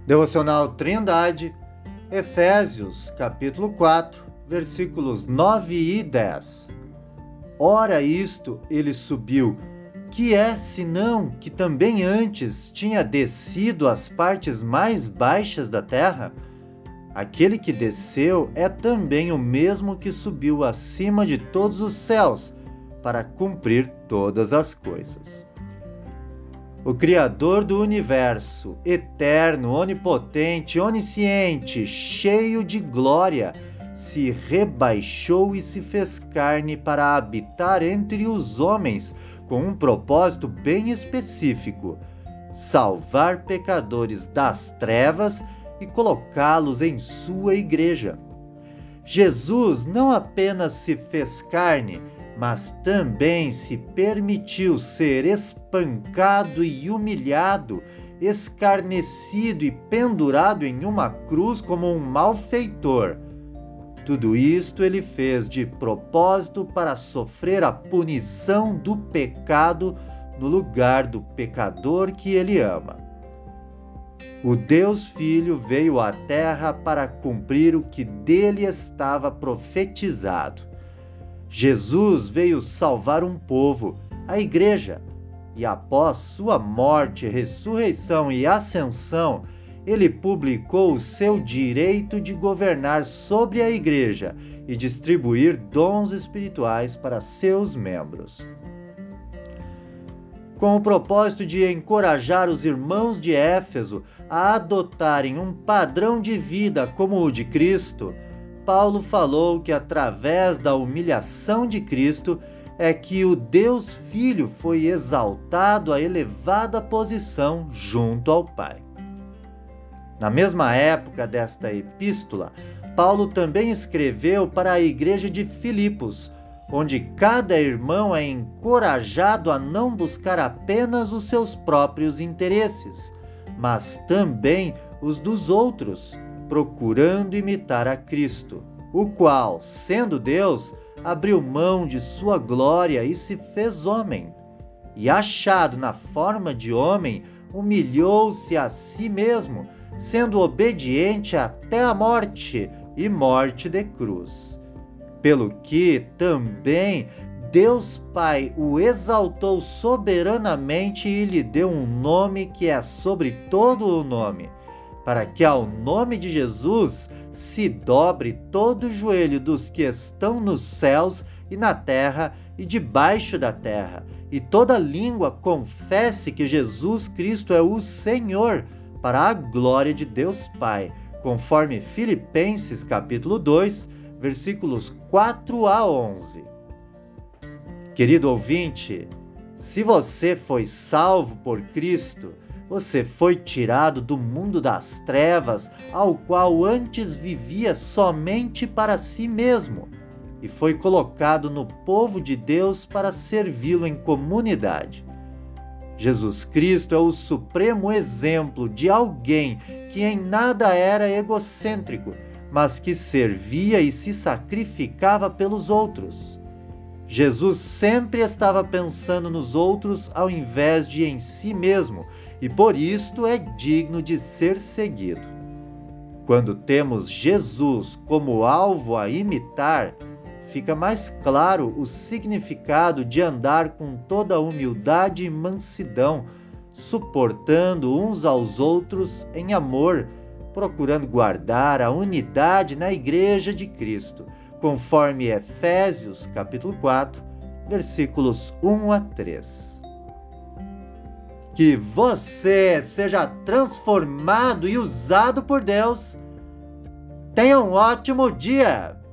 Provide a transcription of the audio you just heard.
Devocional Trindade, Efésios, capítulo 4, versículos 9 e 10. Ora isto ele subiu, que é senão que também antes tinha descido às partes mais baixas da terra? Aquele que desceu é também o mesmo que subiu acima de todos os céus, para cumprir todas as coisas. O Criador do universo, eterno, onipotente, onisciente, cheio de glória, se rebaixou e se fez carne para habitar entre os homens, com um propósito bem específico: salvar pecadores das trevas e colocá-los em sua igreja. Jesus não apenas se fez carne, mas também se permitiu ser espancado e humilhado, escarnecido e pendurado em uma cruz como um malfeitor. Tudo isto ele fez de propósito para sofrer a punição do pecado no lugar do pecador que ele ama. O Deus Filho veio à terra para cumprir o que dele estava profetizado. Jesus veio salvar um povo, a igreja, e após sua morte, ressurreição e ascensão, ele publicou o seu direito de governar sobre a igreja e distribuir dons espirituais para seus membros. Com o propósito de encorajar os irmãos de Éfeso a adotarem um padrão de vida como o de Cristo, Paulo falou que através da humilhação de Cristo é que o Deus Filho foi exaltado à elevada posição junto ao Pai. Na mesma época desta epístola, Paulo também escreveu para a igreja de Filipos, onde cada irmão é encorajado a não buscar apenas os seus próprios interesses, mas também os dos outros, procurando imitar a Cristo, o qual, sendo Deus, abriu mão de sua glória e se fez homem. E achado na forma de homem, humilhou-se a si mesmo, sendo obediente até a morte e morte de cruz. Pelo que também Deus Pai o exaltou soberanamente e lhe deu um nome que é sobre todo o nome, para que ao nome de Jesus se dobre todo o joelho dos que estão nos céus e na terra e debaixo da terra, e toda língua confesse que Jesus Cristo é o Senhor, para a glória de Deus Pai, conforme Filipenses capítulo 2, versículos 4 a 11. Querido ouvinte, se você foi salvo por Cristo, você foi tirado do mundo das trevas, ao qual antes vivia somente para si mesmo, e foi colocado no povo de Deus para servi-lo em comunidade. Jesus Cristo é o supremo exemplo de alguém que em nada era egocêntrico, mas que servia e se sacrificava pelos outros. Jesus sempre estava pensando nos outros ao invés de em si mesmo, e por isto é digno de ser seguido. Quando temos Jesus como alvo a imitar, fica mais claro o significado de andar com toda humildade e mansidão, suportando uns aos outros em amor, procurando guardar a unidade na Igreja de Cristo, conforme Efésios capítulo 4, versículos 1 a 3. Que você seja transformado e usado por Deus. Tenha um ótimo dia!